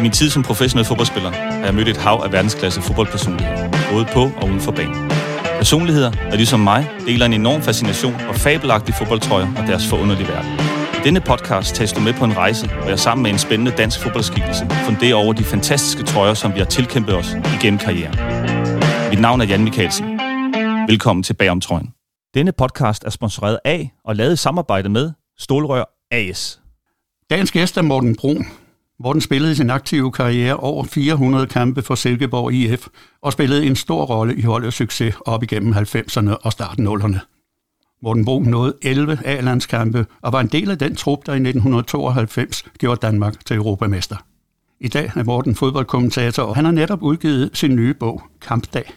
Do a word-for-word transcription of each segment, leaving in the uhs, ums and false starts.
min tid som professionel fodboldspiller har jeg mødt et hav af verdensklasse fodboldpersonligheder, både på og uden for banen. Personligheder, der ligesom mig deler en enorm fascination og fabelagtige fodboldtrøjer og deres forunderlige verden. I denne podcast tages du med på en rejse, hvor jeg sammen med en spændende dansk fodboldskikkelse funderer over de fantastiske trøjer, som vi har tilkæmpet os igennem karrieren. Mit navn er Jan Michaelsen. Velkommen til Bagom Trøjen. Denne podcast er sponsoreret af og lavet i samarbejde med Stålrør A S. Dagens gæst er Morten Bruun. Morten spillede i sin aktive karriere over fire hundrede kampe for Silkeborg I F og spillede en stor rolle i holdets succes op igennem halvfemserne og starten nullerne. Morten Bruun nåede elleve A-landskampe og var en del af den trup, der i nitten tooghalvfems gjorde Danmark til europamester. I dag er Morten fodboldkommentator, og han har netop udgivet sin nye bog, Kampdag.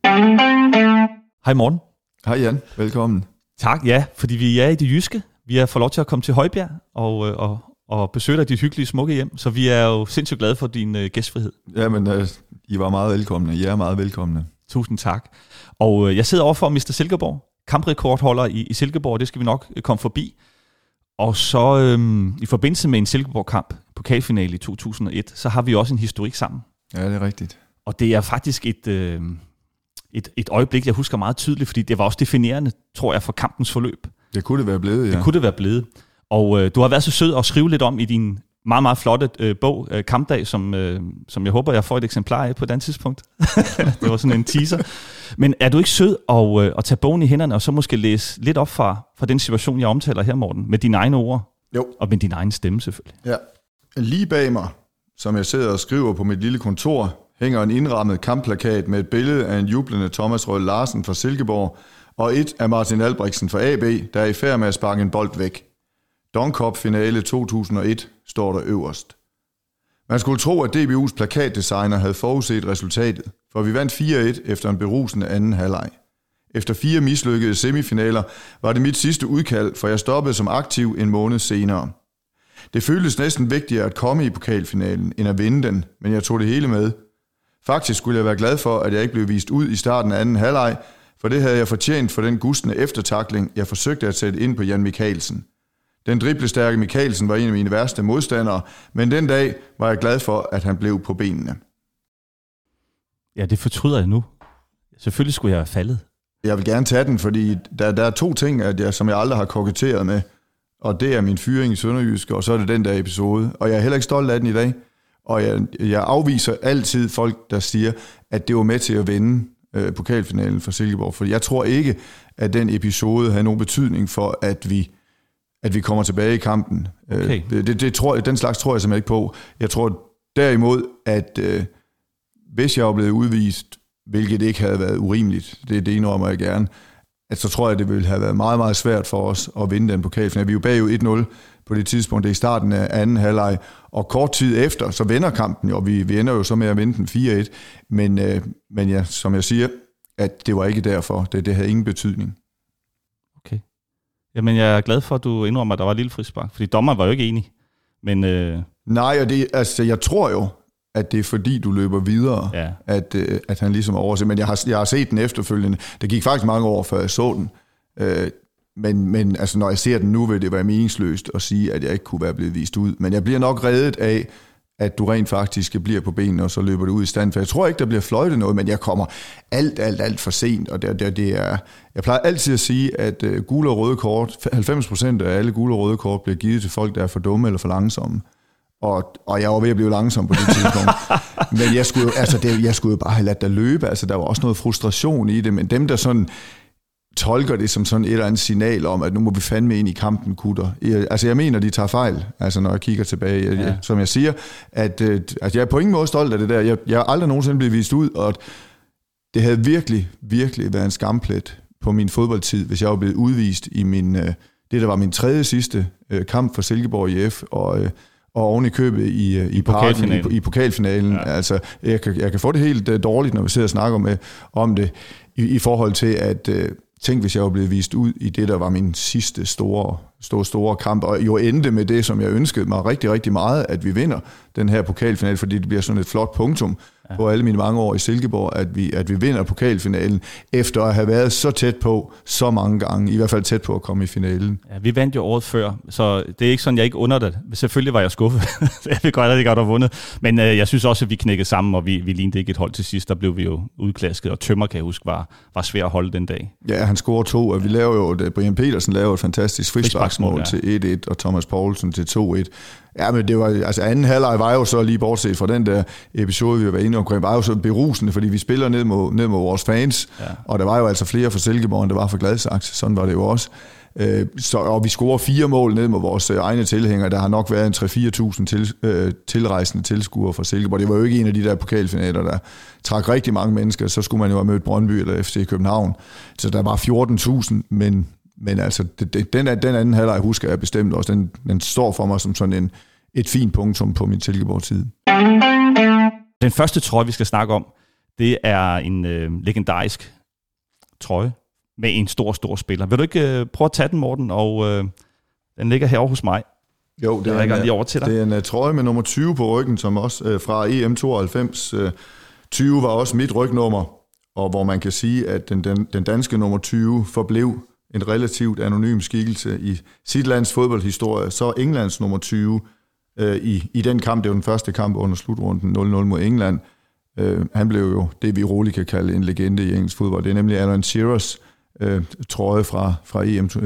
Hej Morten. Hej Jan, velkommen. Tak, ja, fordi vi er i det jyske. Vi har fået lov til at komme til Højbjerg og, og, og besøge dig dit hyggelige smukke hjem, så vi er jo sindssygt glade for din uh, gæstfrihed. Jamen, uh, I var meget velkomne. I er meget velkomne. Tusind tak. Og uh, jeg sidder overfor mister Silkeborg, kamprekordholder i, i Silkeborg, det skal vi nok uh, komme forbi. Og så øhm, i forbindelse med en Silkeborg-kamp, pokalfinale i to tusind og et, så har vi også en historik sammen. Ja, det er rigtigt. Og det er faktisk et, øh, et, et øjeblik, jeg husker meget tydeligt, fordi det var også definerende, tror jeg, for kampens forløb. Det kunne det være blevet, ja. Det kunne det være blevet. Og øh, du har været så sød at skrive lidt om i din meget, meget flotte øh, bog, øh, Kampdag, som, øh, som jeg håber, jeg får et eksemplar af på et andet tidspunkt. Det var sådan en teaser. Men er du ikke sød at, øh, at tage bogen i hænderne, og så måske læse lidt op fra, fra den situation, jeg omtaler her, Morten, med dine egne ord? Jo. Og med din egen stemme, selvfølgelig. Ja. Lige bag mig, som jeg sidder og skriver på mit lille kontor, hænger en indrammet kampplakat med et billede af en jublende Thomas Røhl Larsen fra Silkeborg, og et af Martin Albrechtsen fra A B, der er i færd med at sparke en bold væk. Don Cup finale to tusind og et står der øverst. Man skulle tro, at D B U's plakatdesigner havde forudset resultatet, for vi vandt fire et efter en berusende anden halvleg. Efter fire mislykkede semifinaler var det mit sidste udkald, for jeg stoppede som aktiv en måned senere. Det føltes næsten vigtigere at komme i pokalfinalen, end at vinde den, men jeg tog det hele med. Faktisk skulle jeg være glad for, at jeg ikke blev vist ud i starten af anden halvleg, for det havde jeg fortjent for den gustne eftertakling, jeg forsøgte at sætte ind på Jan Michaelsen. Den driblestærke Michaelsen var en af mine værste modstandere, men den dag var jeg glad for, at han blev på benene. Ja, det fortryder jeg nu. Selvfølgelig skulle jeg have faldet. Jeg vil gerne tage den, fordi der, der er to ting, at jeg, som jeg aldrig har koketteret med, og det er min fyring i Sønderjyske, og så er det den der episode. Og jeg er heller ikke stolt af den i dag, og jeg, jeg afviser altid folk, der siger, at det var med til at vinde øh, pokalfinalen for Silkeborg, for jeg tror ikke, at den episode havde nogen betydning for, at vi at vi kommer tilbage i kampen. Okay. Det, det, det tror, den slags tror jeg simpelthen ikke på. Jeg tror derimod, at øh, hvis jeg var blevet udvist, hvilket ikke havde været urimeligt, det, det indrømmer jeg gerne, at så tror jeg, det ville have været meget, meget svært for os at vinde den pokalfinale. Vi er jo bagud et nul på det tidspunkt, det er i starten af anden halvleg, og kort tid efter, så vender kampen jo, og vi, vi ender jo så med at vinde den fire et, men, øh, men ja, som jeg siger, at det var ikke derfor, det, det havde ingen betydning. Jamen, jeg er glad for, at du indrømmer, at der var et lille frispark, fordi dommeren var jo ikke enig. Men, øh... Nej, og det, altså, jeg tror jo, at det er fordi, du løber videre, ja. at, øh, at han ligesom overser. Men jeg har, jeg har set den efterfølgende. Det gik faktisk mange år, før jeg så den. Øh, men men altså, når jeg ser den nu, vil det være meningsløst at sige, at jeg ikke kunne være blevet vist ud. Men jeg bliver nok reddet af, at du rent faktisk bliver på benene, og så løber du ud i stand. For jeg tror ikke, der bliver fløjtet noget, men jeg kommer alt, alt, alt for sent. Og det, det, det er, jeg plejer altid at sige, at uh, gule og røde kort, halvfems procent af alle gule og røde kort bliver givet til folk, der er for dumme eller for langsomme. Og, og jeg var ved at blive langsom på det tidspunkt. Men jeg skulle, jo, altså det, jeg skulle jo bare have ladt dig løbe. Altså, der var også noget frustration i det, men dem, der sådan tolker det som sådan et eller andet signal om, at nu må vi fandme ind i kampen, gutter. Jeg, altså jeg mener, de tager fejl, altså når jeg kigger tilbage. Jeg, ja. jeg, som jeg siger, at, at jeg er på ingen måde stolt af det der. Jeg, jeg har aldrig nogensinde blevet vist ud, og det havde virkelig, virkelig været en skamplet på min fodboldtid, hvis jeg var blevet udvist i min, det, der var min tredje sidste kamp for Silkeborg I F, og, og oven i købet i, i, I pokalfinalen. I, i pokalfinalen. Ja. Altså, jeg, kan, jeg kan få det helt dårligt, når vi sidder og snakker med, om det, i, i forhold til, at tænk, hvis jeg var blevet vist ud i det, der var min sidste store, store, store kamp, og jo endte med det, som jeg ønskede mig rigtig, rigtig meget, at vi vinder den her pokalfinale, fordi det bliver sådan et flot punktum, ja. på alle mine mange år i Silkeborg, at vi, at vi vinder pokalfinalen, efter at have været så tæt på så mange gange, i hvert fald tæt på at komme i finalen. Ja, vi vandt jo året før, så det er ikke sådan, jeg ikke under det. Selvfølgelig var jeg skuffet. Jeg vil godt, at jeg godt have vundet. Men øh, jeg synes også, at vi knækkede sammen, og vi, vi lignede ikke et hold til sidst. Der blev vi jo udklasket, og Tømmer, kan jeg huske, var, var svær at holde den dag. Ja, han scorer to, og vi laver jo, det, Brian Petersen laver et fantastisk frisparksmål ja. til et et, og Thomas Poulsen til to et. Ja, men det var, altså anden halvleg var jo så lige bortset fra den der episode, vi var inde omkring, var jo så berusende, fordi vi spiller ned mod, ned mod vores fans, ja. og der var jo altså flere fra Silkeborg, end der var fra Gladsaxe, sådan var det jo også. Øh, så, og vi scorer fire mål ned mod vores øh, egne tilhængere, der har nok været en tre til fire tusind til, øh, tilrejsende tilskuere fra Silkeborg. Det var jo ikke en af de der pokalfinaler, der trak rigtig mange mennesker, så skulle man jo have mødt Brøndby eller F C København. Så der var fjorten tusind, men Men altså, det, det, den, den anden halvleg husker jeg bestemt også. Den, den står for mig som sådan en, et fint punktum på min Silkeborg-tid. Den første trøje, vi skal snakke om, det er en øh, legendarisk trøje med en stor, stor spiller. Vil du ikke øh, prøve at tage den, Morten? Og øh, den ligger herovre hos mig. Jo, det er, en, lige over til dig. Det er en uh, trøje med nummer tyve på ryggen, som også øh, fra E M tooghalvfems. Øh, tyve var også mit rygnummer, og hvor man kan sige, at den, den, den danske nummer tyve forblev en relativt anonym skikkelse i sit lands fodboldhistorie. Så Englands nummer tyve øh, i, i den kamp, det var den første kamp under slutrunden nul nul mod England. Øh, han blev jo det, vi roligt kan kalde en legende i engelsk fodbold. Det er nemlig Alan Shearers øh, trøje fra, fra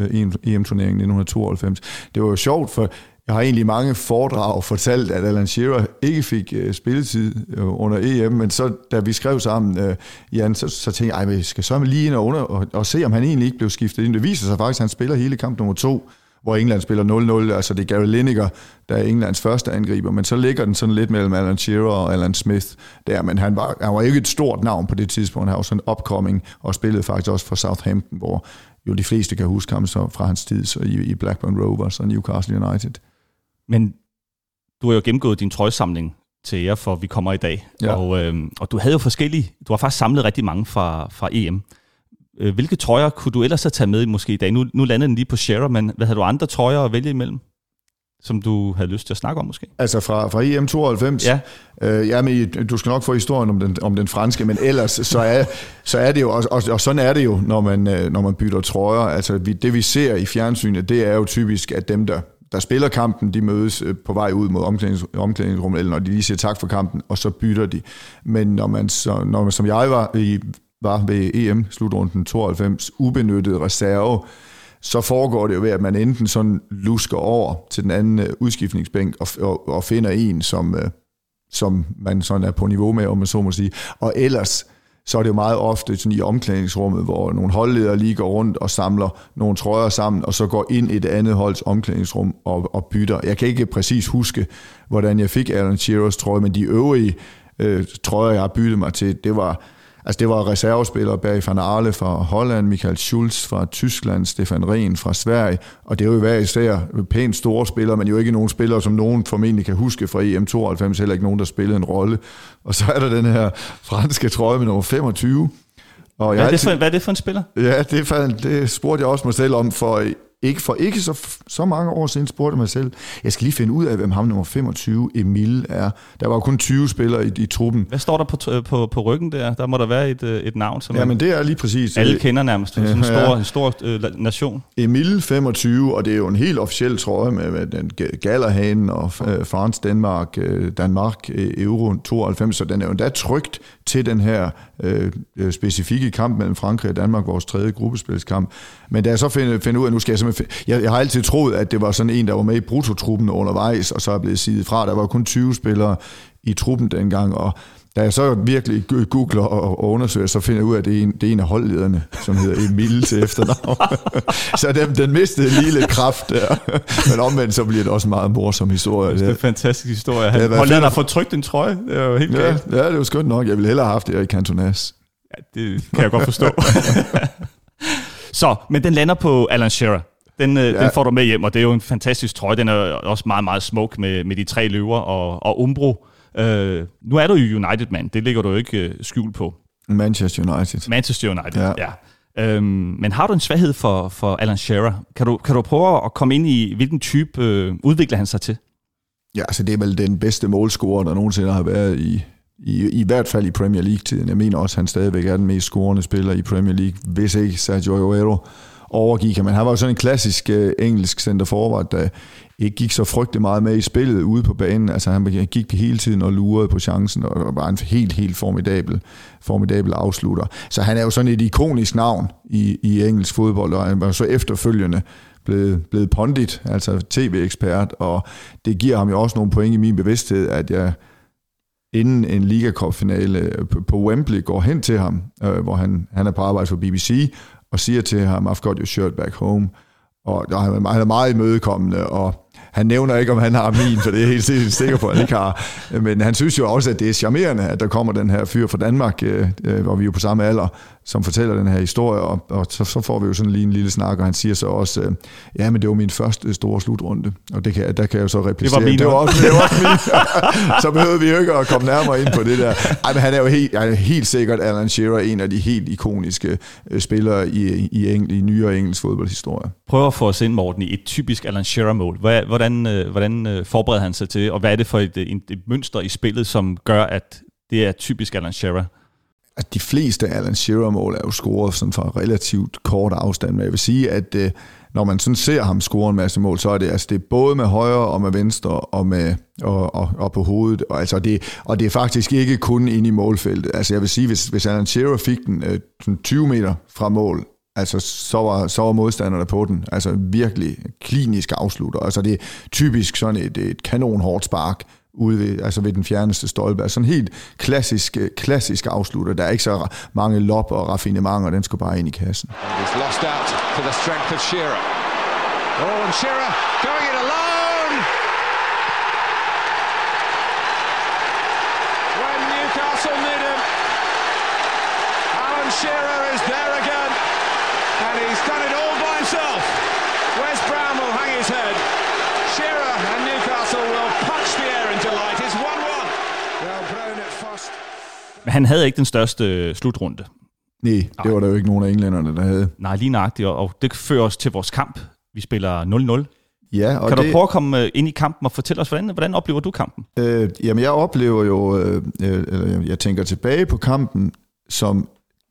E M-turneringen nitten tooghalvfems. Det var jo sjovt, for jeg har egentlig mange foredrag fortalt, at Alan Shearer ikke fik uh, spilletid uh, under E M, men så da vi skrev sammen, uh, Jan, så, så tænkte jeg, at vi skal så lige ind og, under, og, og se, om han egentlig ikke blev skiftet ind. Det viser sig faktisk, at han spiller hele kamp nummer to, hvor England spiller nul nul, altså det er Gary Lineker, der er Englands første angriber, men så ligger den sådan lidt mellem Alan Shearer og Alan Smith der, men han var, han var ikke et stort navn på det tidspunkt, han var sådan en upcoming, og spillede faktisk også for Southampton, hvor jo de fleste kan huske ham så fra hans tid så i, i Blackburn Rovers og Newcastle United. Men du har jo gennemgået din trøjesamling til jer, for vi kommer i dag. Ja. Og, øh, og du havde jo forskellige, du har faktisk samlet rigtig mange fra, fra E M. Hvilke trøjer kunne du ellers have taget med måske i dag? Nu, nu landede den lige på Shearer, men hvad havde du andre trøjer at vælge imellem, som du havde lyst til at snakke om måske? Altså fra, fra E M tooghalvfems? Ja. Øh, jamen, du skal nok få historien om den, om den franske, men ellers så er, så er det jo, og, og, og sådan er det jo, når man, når man bytter trøjer. Altså vi, det vi ser i fjernsynet, det er jo typisk, at dem, der der spiller kampen, de mødes på vej ud mod omklædnings, omklædningsrummet, eller når de lige siger tak for kampen, og så bytter de. Men når man, så, når man som jeg var, i, var ved E M-slutrunden tooghalvfems, ubenyttet reserve, så foregår det jo ved, at man enten sådan lusker over til den anden udskiftningsbænk og, og, og finder en, som, som man sådan er på niveau med, om man så må sige. Og ellers så er det jo meget ofte sådan i omklædningsrummet, hvor nogle holdledere lige går rundt og samler nogle trøjer sammen, og så går ind i et andet holds omklædningsrum og, og bytter. Jeg kan ikke præcis huske, hvordan jeg fik Alan Shearers trøje, men de øvrige øh, trøjer, jeg har byttet mig til, det var, altså det var reservespillere, Barry van Arle fra Holland, Michael Schulz fra Tyskland, Stefan Rehn fra Sverige, og det er jo hver især pænt store spillere, men jo ikke nogen spillere, som nogen formentlig kan huske fra E M tooghalvfems, heller ikke nogen, der spillede en rolle. Og så er der den her franske trøje med nummer femogtyve. Og hvad, er det for, hvad er det for en spiller? Ja, det, det spurgte jeg også mig selv om, for ikke, for ikke så, så mange år siden spurgte jeg mig selv. Jeg skal lige finde ud af, hvem ham nummer femogtyve, Emil, er. Der var kun tyve spillere i, i truppen. Hvad står der på, på, på ryggen der? Der må der være et, et navn, som ja, men det er lige præcis. Alle kender nærmest. Det er sådan en stor, ja. en stor øh, nation. Emil femogtyve, og det er jo en helt officiel trøje med, med den Gallerhanen og øh, France, Danmark, øh, Danmark, øh, Euro tooghalvfems, så den er jo endda trykt til den her øh, specifikke kamp mellem Frankrig og Danmark, vores tredje gruppespilskamp. Men da jeg så finder, finder ud af, nu skal jeg simpelthen... Jeg, jeg har altid troet, at det var sådan en, der var med i brutotruppen undervejs, og så er blevet sidet fra. Der var kun tyve spillere i truppen dengang, og da jeg så virkelig googler og, og undersøger, så finder jeg ud af, at det er en, det er en af holdlederne, som hedder Emil til efternavn. Så den, den mistede lige lidt kraft der. Men omvendt, så bliver det også en meget morsom historie. Det er en fantastisk historie. Han holdlederen har fået trykt en trøje. Det er jo helt ja, galt. Ja, det er jo skønt nok. Jeg ville hellere have haft det i Cantonas. Ja, det kan jeg godt forstå. Så, men den lander på Alan Shearer. Den, ja. den får du med hjem, og det er jo en fantastisk trøje. Den er også meget, meget smuk med, med de tre løver og, og Umbro. Uh, nu er du jo United-mand. Det ligger du jo ikke uh, skjul på. Manchester United. Manchester United, ja. ja. Um, men har du en svaghed for, for Alan Shearer? Kan du, kan du prøve at komme ind i, hvilken type uh, udvikler han sig til? Ja, altså det er vel den bedste målscorer, der nogensinde har været i, I, I hvert fald i Premier League-tiden. Jeg mener også, at han stadigvæk er den mest scorende spiller i Premier League, hvis ikke Sergio Aguero overgik ham. Men han var jo sådan en klassisk uh, engelsk center-forward, der ikke gik så frygtelig meget med i spillet ude på banen. Altså han gik hele tiden og lurede på chancen, og var en helt, helt formidabel, formidabel afslutter. Så han er jo sådan et ikonisk navn i, i engelsk fodbold, og han var så efterfølgende blevet, blevet pundit, altså tv-ekspert, og det giver ham jo også nogle point i min bevidsthed, at jeg inden en Liga Cup-finale på Wembley går hen til ham, øh, hvor han, han er på arbejde for B B C, og siger til ham, I've got your shirt back home. Og han er meget imødekommende, og han nævner ikke, om han har min, for det er jeg helt sikker på, at han ikke har. Men han synes jo også, at det er charmerende, at der kommer den her fyr fra Danmark, øh, hvor vi er jo på samme alder, som fortæller den her historie, og, og så, så får vi jo sådan lige en lille snak, og han siger så også, øh, ja, men det var min første store slutrunde, og det kan, der kan jeg jo så replicere. Det var min. Det var også, det var også min. Så behøvede vi jo ikke at komme nærmere ind på det der. Ej, men han er jo helt, er helt sikkert, Alan Shearer, en af de helt ikoniske øh, spillere i, i, engel, i nyere engelsk fodboldhistorie. Prøv at få os ind, Morten, i et typisk Alan Shearer-mål. Hvordan, øh, hvordan øh, forbereder han sig til, og hvad er det for et, et, et mønster i spillet, som gør, at det er typisk Alan Shearer? At de fleste Alan Shearer-mål er jo scoret sådan fra relativt kort afstand, men jeg vil sige, at øh, når man sådan ser ham score en masse mål, så er det, altså, det er både med højre og med venstre og, med, og, og, og på hovedet, og, altså det, og det er faktisk ikke kun inde i målfeltet. Altså jeg vil sige, hvis, hvis Alan Shearer fik den øh, sådan tyve meter fra mål, altså så var, så var modstanderne på den, altså virkelig klinisk afslutter. Altså det er typisk sådan et, et kanonhårdt spark, ude ved, altså ved den fjerneste stolpe. Altså sådan helt klassisk, klassisk afslutter. Der er ikke så mange lop og raffinementer, den skal bare ind i kassen. He's lost out to the strength of Shearer. Oh, and Shearer going it alone! When Newcastle need him, Alan Shearer is there again, and he's done it all by himself. Wes Brown will hang his head. Shearer and Newcastle will punch the air into light. It's one one. Well, Brown at first. Men han havde ikke den største slutrunde. Nej, det var der jo ikke nogen af englænderne, der havde. Nej, lige nøjagtigt, og det fører os til vores kamp. Vi spiller nul nul. Ja, og kan det, du prøve at komme ind i kampen og fortælle os, hvordan, hvordan oplever du kampen? Øh, jamen, jeg oplever jo, øh, øh, jeg tænker tilbage på kampen som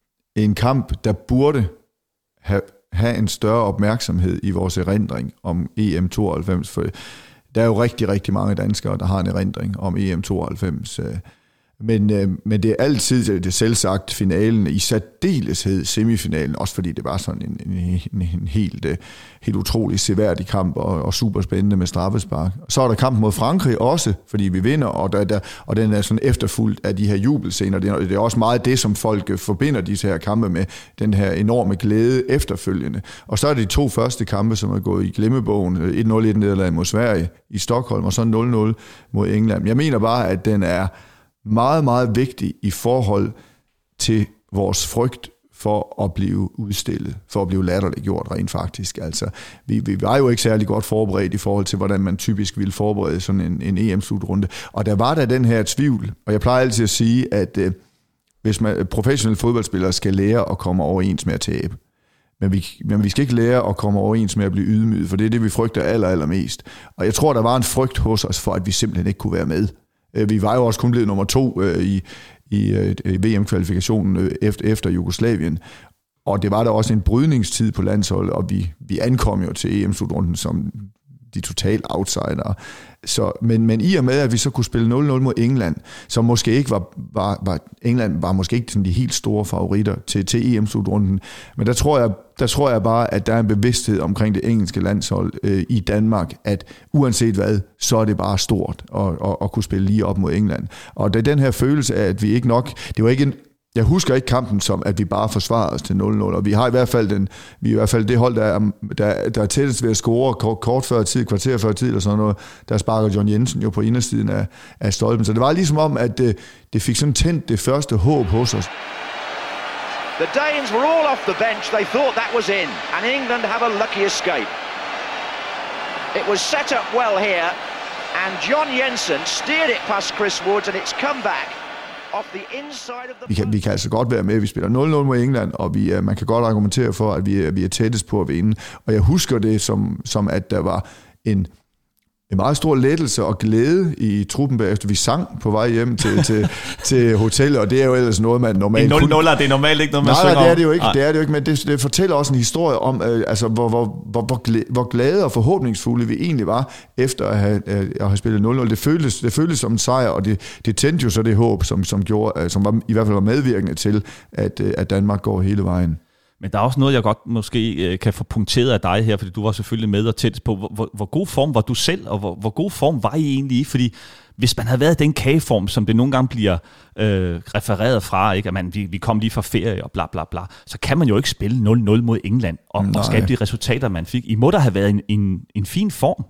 en kamp, der burde have, have en større opmærksomhed i vores erindring om E M tooghalvfems, for der er jo rigtig, rigtig mange danskere, der har en erindring om E M tooghalvfems. Men, men det er altid det selvsagt finalen, i særdeleshed semifinalen, også fordi det var sådan en, en, en, en helt, helt utrolig seværdig kamp og, og super spændende med straffespark. Så er der kampen mod Frankrig også, fordi vi vinder, og, der, der, og den er sådan efterfulgt af de her jubelscener. Det er, det er også meget det, som folk forbinder disse her kampe med, den her enorme glæde efterfølgende. Og så er det de to første kampe, som er gået i glemmebogen, et nul et nederlag mod Sverige i Stockholm, og så nul nul mod England. Jeg mener bare, at den er meget, meget vigtig i forhold til vores frygt for at blive udstillet, for at blive latterliggjort rent faktisk. Altså, vi, vi var jo ikke særlig godt forberedt i forhold til, hvordan man typisk ville forberede sådan en, en E M-slutrunde. Og der var der den her tvivl, og jeg plejer altid at sige, at øh, hvis man professionelle fodboldspillere skal lære at komme overens med at tabe, men vi, men vi skal ikke lære at komme overens med at blive ydmyget, for det er det, vi frygter aller, allermest. Og jeg tror, der var en frygt hos os for, at vi simpelthen ikke kunne være med. Vi var jo også kun blevet nummer to i, i, i V M-kvalifikationen efter, efter Jugoslavien, og det var der også en brydningstid på landsholdet, og vi, vi ankom jo til E M-slutrunden som de totale outsider. Så, men, men i og med, at vi så kunne spille nul nul mod England, som måske ikke var, var, var England var måske ikke sådan de helt store favoritter til, til E M-slutrunden, men der tror jeg, der tror jeg bare, at der er en bevidsthed omkring det engelske landshold øh, i Danmark, at uanset hvad, så er det bare stort at, at, at kunne spille lige op mod England. Og det er den her følelse af, at vi ikke nok, det var ikke en, jeg husker ikke kampen som, at vi bare forsvarede os til nul nul, og vi har i hvert fald, den, vi er i hvert fald det hold, der er, der, der er tættest ved at score kort, kort før tid, kvarter før tid, eller sådan noget, der sparker John Jensen jo på indersiden af, af stolpen. Så det var ligesom om, at det, det fik sådan tændt det første håb hos os. The Danes were all off the bench. They thought that was in, and England have a lucky escape. It was set up well here, and John Jensen steered it past Chris Woods, and it's come back. Vi kan, vi kan altså godt være med, vi spiller nul nul mod England, og vi, man kan godt argumentere for, at vi, vi er tættest på at vinde. Og jeg husker det som, som at der var en en meget stor lettelse og glæde i truppen bagefter. Vi sang på vej hjem til, til, til hotellet, og det er jo ellers noget, man normalt... En nul nul, det er normalt ikke noget, man nej, synger nej, det er det jo om. ikke, det er det jo ikke, men det, det fortæller også en historie om, øh, altså, hvor, hvor, hvor, hvor, glade, hvor glade og forhåbningsfulde vi egentlig var, efter at have, øh, at have spillet nul nul. Det føltes, det føltes som en sejr, og det, det tændte jo så det håb, som, som, gjorde, øh, som var, i hvert fald var medvirkende til, at, øh, at Danmark går hele vejen. Men der er også noget, jeg godt måske kan få punkteret af dig her, fordi du var selvfølgelig med og tæt på. Hvor, hvor, hvor god form var du selv, og hvor, hvor god form var I egentlig i? Fordi hvis man havde været i den kageform, som det nogle gange bliver øh, refereret fra, ikke? At man, vi, vi kom lige fra ferie og bla bla bla, så kan man jo ikke spille nul nul mod England og, og skabe de resultater, man fik. I må da have været en, en, en fin form.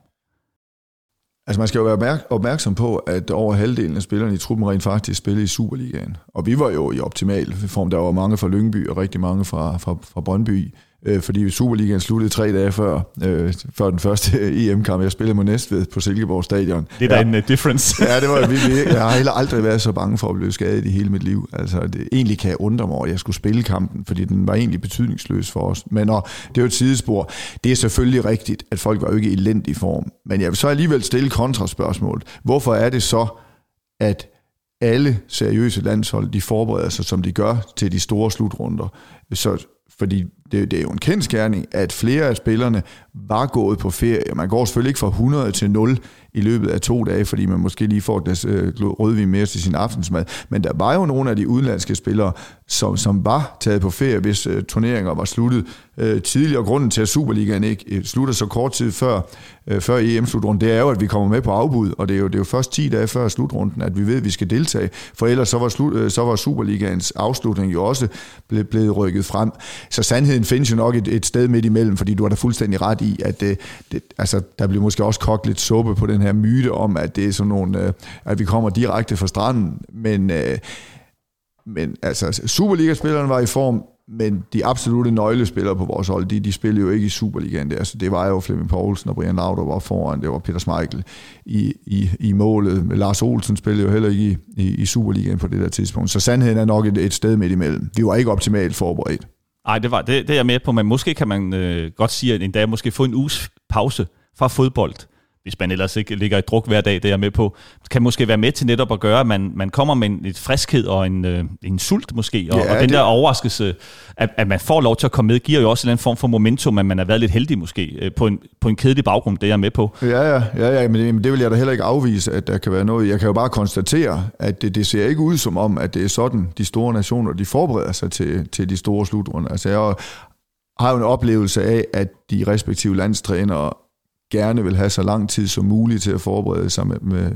Altså man skal jo være opmærksom på, at over halvdelen af spillerne i truppen rent faktisk spillede i Superligaen. Og vi var jo i optimal form. Der var mange fra Lyngby og rigtig mange fra, fra, fra Brøndby. Øh, fordi Superligaen sluttede tre dage før, øh, før den første E M-kamp. Jeg spillede mod Næstved på Silkeborg Stadion. Det er ja. da en uh, difference. Ja, det var vi. Jeg har heller aldrig været så bange for at blive skadet i hele mit liv. Altså, det, egentlig kan jeg undre mig over, at jeg skulle spille kampen, fordi den var egentlig betydningsløs for os. Men og, det er jo et sidespor. Det er selvfølgelig rigtigt, at folk var jo ikke i elendig form. Men jeg vil så alligevel stille kontraspørgsmål. Hvorfor er det så, at alle seriøse landshold, de forbereder sig, som de gør, til de store slutrunder? Så fordi det, det er jo en kendsgerning, at flere af spillerne var gået på ferie. Man går selvfølgelig ikke fra hundrede til nul i løbet af to dage, fordi man måske lige får deres øh, rødvin mere til sin aftensmad. Men der var jo nogle af de udenlandske spillere, som, som var taget på ferie, hvis øh, turneringer var sluttet øh, tidligere. Grunden til, at Superligaen ikke øh, slutter så kort tid før, øh, før E M-slutrunden, det er jo, at vi kommer med på afbud, og det er jo, det er jo først ti dage før slutrunden, at vi ved, at vi skal deltage. For ellers så var, slut, øh, så var Superligaens afslutning jo også blevet, blevet rykket frem. Så sandheden findes jo nok et, et sted midt imellem, fordi du har da fuldstændig ret i, at det, det, altså, der bliver måske også kogt lidt suppe på den her myte om, at det er sådan nogle, øh, at vi kommer direkte fra stranden. Men, øh, men altså, Superliga-spillerne var i form, men de absolutte nøglespillere på vores hold, de, de spillede jo ikke i Superligaen. Det, altså, det var jo Flemming Poulsen og Brian Laudrup var foran, det var Peter Schmeichel i, i, i målet. Lars Olsen spillede jo heller ikke i, i, i Superligaen på det der tidspunkt. Så sandheden er nok et, et sted midt imellem. Vi var ikke optimalt forberedt. Nej, det var det, det er jeg med på, men måske kan man øh, godt sige, at en dag måske få en uges pause fra fodbold, hvis man ellers ikke ligger i druk hver dag, det er jeg med på, kan måske være med til netop at gøre, at man, man kommer med en et friskhed og en, øh, en sult måske, og, ja, og den det... der overraskelse, at, at man får lov til at komme med, giver jo også en eller anden form for momentum, at man har været lidt heldig måske, øh, på, en, på en kedelig baggrund, det er jeg med på. Ja, ja, ja, ja men, det, men det vil jeg da heller ikke afvise, at der kan være noget. Jeg kan jo bare konstatere, at det, det ser ikke ud som om, at det er sådan, de store nationer, de forbereder sig til, til de store slutrunder. Altså jeg har jo en oplevelse af, at de respektive landstrænere gerne vil have så lang tid som muligt til at forberede sig med, med,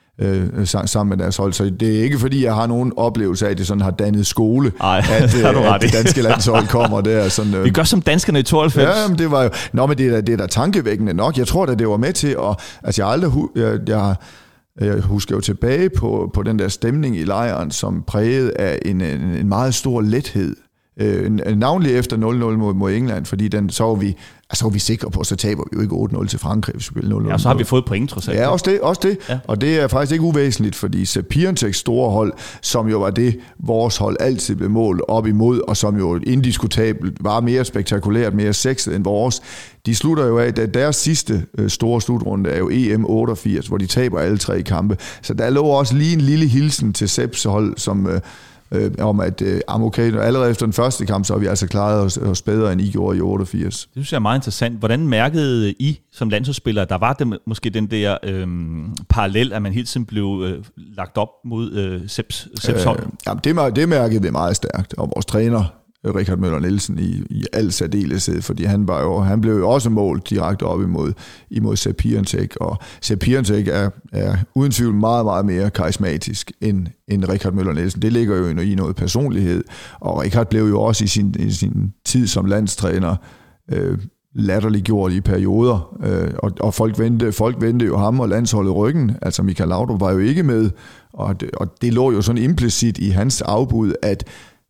øh, sammen med deres hold. Så det er ikke fordi, jeg har nogen oplevelse af, at det sådan har dannet skole, Ej, at, øh, at det danske landshold kommer der. Sådan, øh. Vi gør som danskerne i tooghalvfems. Ja, men det var jo... Nå, men det er da, det er da tankevækkende nok. Jeg tror da, det var med til at... Altså, jeg aldrig... Jeg, jeg, jeg husker jo tilbage på, på den der stemning i lejren, som prægede af en, en, en meget stor lethed. Øh, navnlig efter nul nul mod, mod England, fordi den, så var vi altså var vi sikre på, så taber vi jo ikke otte nul til Frankrig, hvis vi spiller nul nul. Ja, så har vi fået point, trods alt. Ja, også det, også det. Ja. Og det er faktisk ikke uvæsentligt, fordi Sepp Piontek's store hold, som jo var det, vores hold altid blev målt op imod, og som jo indiskutabelt var mere spektakulært, mere sexet end vores, de slutter jo af, at deres sidste store slutrunde er jo E M otteogfirs, hvor de taber alle tre kampe. Så der lå også lige en lille hilsen til Sepps hold, som... Øh, om at øh, okay, allerede efter den første kamp, så har vi altså klaret os, os bedre, end I gjorde i otteogfirs. Det synes jeg er meget interessant. Hvordan mærkede I som landsholdsspillere, der var det, måske den der øh, parallel, at man hele tiden blev øh, lagt op mod øh, Sepps hold? Øh, jamen, det, det mærkede vi meget stærkt, og vores træner, Richard Møller Nielsen, i, i al særdeleshed, fordi han, var jo, han blev jo også målt direkte op imod, imod Sepp Piontek, og Sepp Piontek er, er uden tvivl meget, meget mere karismatisk end, end Richard Møller Nielsen. Det ligger jo i noget personlighed, og Richard blev jo også i sin, i sin tid som landstræner øh, latterliggjort i perioder, øh, og, og folk vendte, folk vendte jo ham og landsholdet ryggen, altså Michael Laudrup var jo ikke med, og det, og det lå jo sådan implicit i hans afbud, at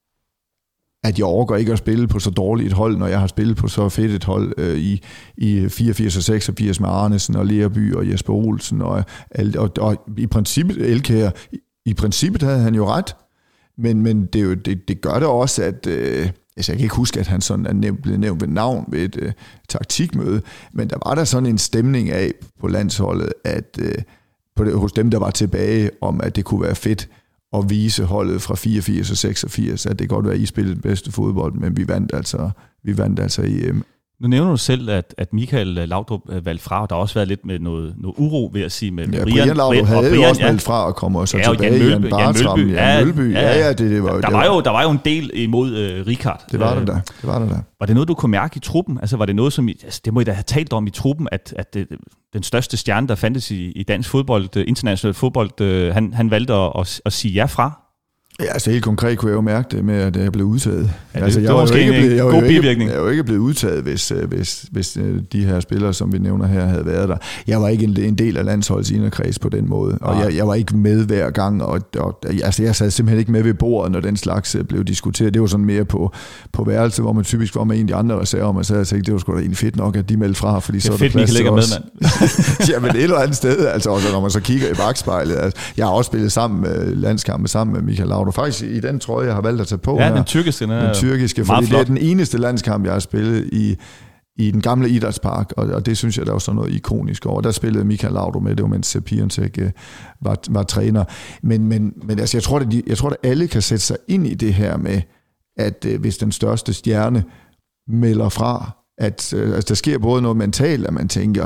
at jeg overgår ikke at spille på så dårligt et hold, når jeg har spillet på så fedt et hold øh, i, i fireogfirs og seksogfirs med Arnesen og Lerby og Jesper Olsen, og, og, og i princippet, Elkjær, i, i princippet havde han jo ret, men, men det, jo, det, det gør det også, at, øh, altså jeg kan ikke huske, at han sådan er nævnt, blev nævnt ved navn ved et øh, taktikmøde, men der var der sådan en stemning af på landsholdet, at øh, på det, hos dem, der var tilbage, om at det kunne være fedt at vise holdet fra fireogfirs og seksogfirs, at det godt være, at I spillede den bedste fodbold, men vi vandt altså, vi vandt altså E M. Nu nævner du selv, at, at Michael Laudrup valgte fra, og der har også været lidt med noget, noget uro, ved at sige, med ja, Brian. Brian Laudrup havde Brian, jo også ja. valgt fra og kommer så ja, tilbage i en Bartram. Jan Mølby. Ja, Jan Mølby. Ja, ja, det, det var, der, det var var jo, der var jo en del imod uh, Richard. Det var det da. Det var det da. Var det noget, du kunne mærke i truppen? Altså var det noget, som I, altså, det må I da have talt om i truppen, at, at det, den største stjerne, der fandtes i, i dansk fodbold, international fodbold, uh, han, han valgte at, at, at sige ja fra? Ja, altså helt konkret kunne jeg jo mærke det med, at jeg blev udtaget. Ja, det, altså, jeg det var måske ikke en blevet, jeg god ikke, bivirkning. Jeg var jo ikke blevet udtaget, hvis, hvis, hvis de her spillere, som vi nævner her, havde været der. Jeg var ikke en, en del af landsholdets inderkreds på den måde, og jeg, jeg var ikke med hver gang. Og, og, altså, jeg sad simpelthen ikke med ved bordet, når den slags blev diskuteret. Det var sådan mere på, på værelse, hvor man typisk var med en af de andre reserver. Man sad og tænkte, det var sgu da egentlig fedt nok, at de meldte fra, fordi det så er er fedt, der plads til os. Med, ja, men et eller andet sted, altså også, når man så kigger i bagspejlet. Altså, jeg har også spillet sammen med landskampe sammen med Michael Laudrup. Faktisk i den trøje, jeg har valgt at tage på ja, her. den tyrkiske. Den, den tyrkiske, fordi det er den eneste landskamp, jeg har spillet i, i den gamle idrætspark, og, og det synes jeg, der var sådan noget ikonisk over. Der spillede Michael Laudrup med, det var mens Piontek uh, var, var træner. Men, men, men altså, jeg tror, at de, jeg tror, at alle kan sætte sig ind i det her med, at uh, hvis den største stjerne melder fra, at uh, altså, der sker både noget mentalt, at man tænker,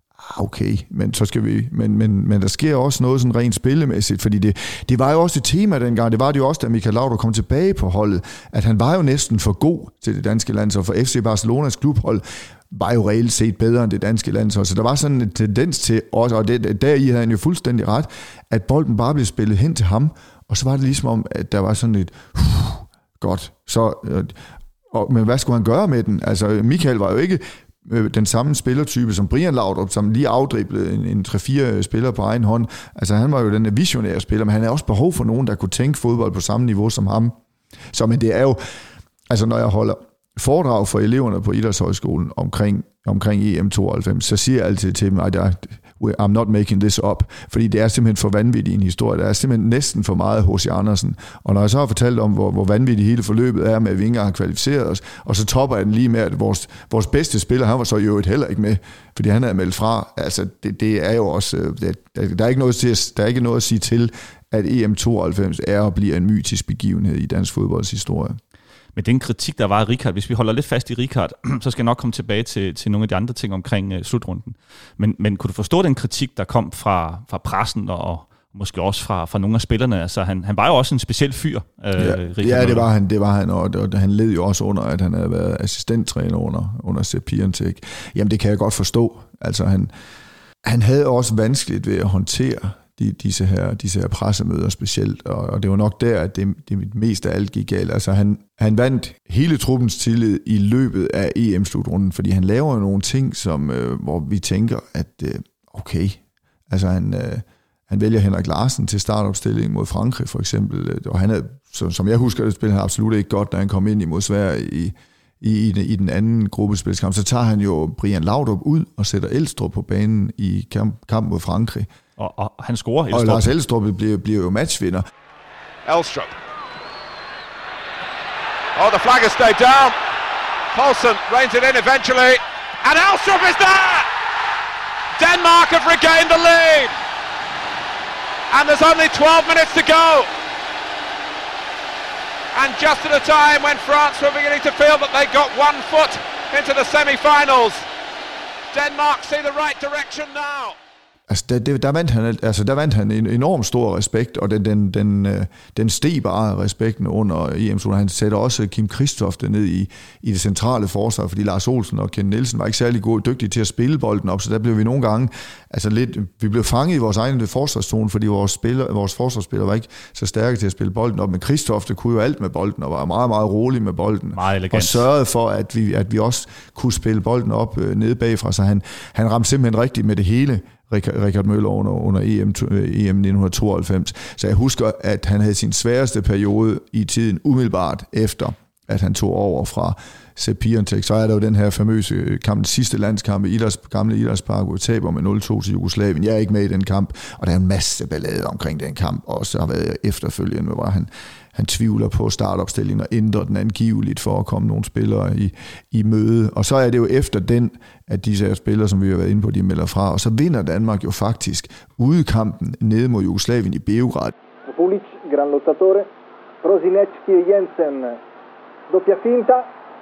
okay, men så skal vi, men, men, men der sker også noget sådan rent spillemæssigt, fordi det, det var jo også et tema dengang, det var det jo også, da Michael Laudrup kom tilbage på holdet, at han var jo næsten for god til det danske landshold, for F C Barcelonas klubhold var jo reelt set bedre end det danske landshold, så der var sådan en tendens til, også, og det, der i havde han jo fuldstændig ret, at bolden bare blev spillet hen til ham, og så var det ligesom om, at der var sådan et, uh, godt, så, øh, og, men hvad skulle han gøre med den? Altså, Michael var jo ikke den samme spillertype som Brian Laudrup, som lige afdriblede en, en tre fire spillere på egen hånd. Altså han var jo den visionære spiller, men han havde også behov for nogen, der kunne tænke fodbold på samme niveau som ham. Så men det er jo, altså når jeg holder foredrag for eleverne på Idrætshøjskolen omkring, omkring E M tooghalvfems, så siger jeg altid til dem, at I'm not making this up, fordi det er simpelthen for vanvittig en historie. Der er simpelthen næsten for meget H C Andersen. Og når jeg så har fortalt om, hvor, hvor vanvittigt hele forløbet er med, at vi ikke engang har kvalificeret os, og så topper jeg den lige med, at vores, vores bedste spiller, han var så i øvrigt heller ikke med, fordi han havde meldt fra. Altså, det, det er jo også, det, der, er ikke noget til, der er ikke noget at sige til, at E M tooghalvfems er og bliver en mytisk begivenhed i dansk fodbolds historie. Men den kritik, der var af Richard, hvis vi holder lidt fast i Richard, så skal jeg nok komme tilbage til, til nogle af de andre ting omkring uh, slutrunden. Men, men kunne du forstå den kritik, der kom fra, fra pressen og, og måske også fra, fra nogle af spillerne? Altså, han, han var jo også en speciel fyr, uh, ja, Richard. Ja, det var han, det var han, og, og han led jo også under, at han havde været assistenttræner under, under Sepp Piontek. Jamen, det kan jeg godt forstå. Altså, han, han havde også vanskeligt ved at håndtere De, disse, her, disse her pressemøder specielt, og, og det var nok der, at det, det mest af alt gik galt. Altså han, han vandt hele truppens tillid i løbet af E M-slutrunden, fordi han laver jo nogle ting, som, øh, hvor vi tænker, at øh, okay, altså han, øh, han vælger Henrik Larsen til startopstilling mod Frankrig for eksempel, og han havde, så, som jeg husker det, spillede han absolut ikke godt, da han kom ind imod Sverige i, i, i, i den anden gruppespilskamp. Så tager han jo Brian Laudrup ud og sætter Elstrup på banen i kamp, kamp mod Frankrig. Og, og han scorer Elstrup. Og Lars Elstrup bliver, bliver jo matchvinder. Elstrup. Oh, the flag has stayed down. Poulsen reins it in eventually. And Elstrup is there! Denmark have regained the lead. And there's only twelve minutes to go. And just at a time when France were beginning to feel that they got one foot into the semi-finals. Denmark see the right direction now. Altså, der, der, vandt han, altså, der vandt han en enorm stor respekt, og den, den, den, den steg bare respekten under E M. Så han sætter også Kim Christofte ned i, i det centrale forsvar, fordi Lars Olsen og Ken Nielsen var ikke særlig gode, dygtige til at spille bolden op, så der blev vi nogle gange, altså lidt, vi blev fanget i vores egen forsvarszone, fordi vores, spiller, vores forsvarsspillere var ikke så stærke til at spille bolden op, men Christofte kunne jo alt med bolden, og var meget, meget rolig med bolden, meget elegant, og sørgede for, at vi, at vi også kunne spille bolden op øh, nede bagfra, så han, han ramte simpelthen rigtigt med det hele, Richard Møller under, under E M, E M nitten tooghalvfems. Så jeg husker, at han havde sin sværeste periode i tiden umiddelbart efter at han tog over fra Sepp Piontek. Så er der jo den her famøse kamp, den sidste landskamp i Idræts, gamle Idrætspark, hvor vi taber med nul to til Jugoslavien. Jeg er ikke med i den kamp, og der er en masse ballade omkring den kamp, og så har været efterfølgende, hvor han, han tvivler på startopstillingen og ændrer den angiveligt for at komme nogle spillere i, i møde. Og så er det jo efter den, at disse her spillere, som vi har været inde på, de melder fra, og så vinder Danmark jo faktisk udekampen nede mod Jugoslavien i Beograd. Pulic, gran lottatore, Prosinecki e Jensen, doppia finta,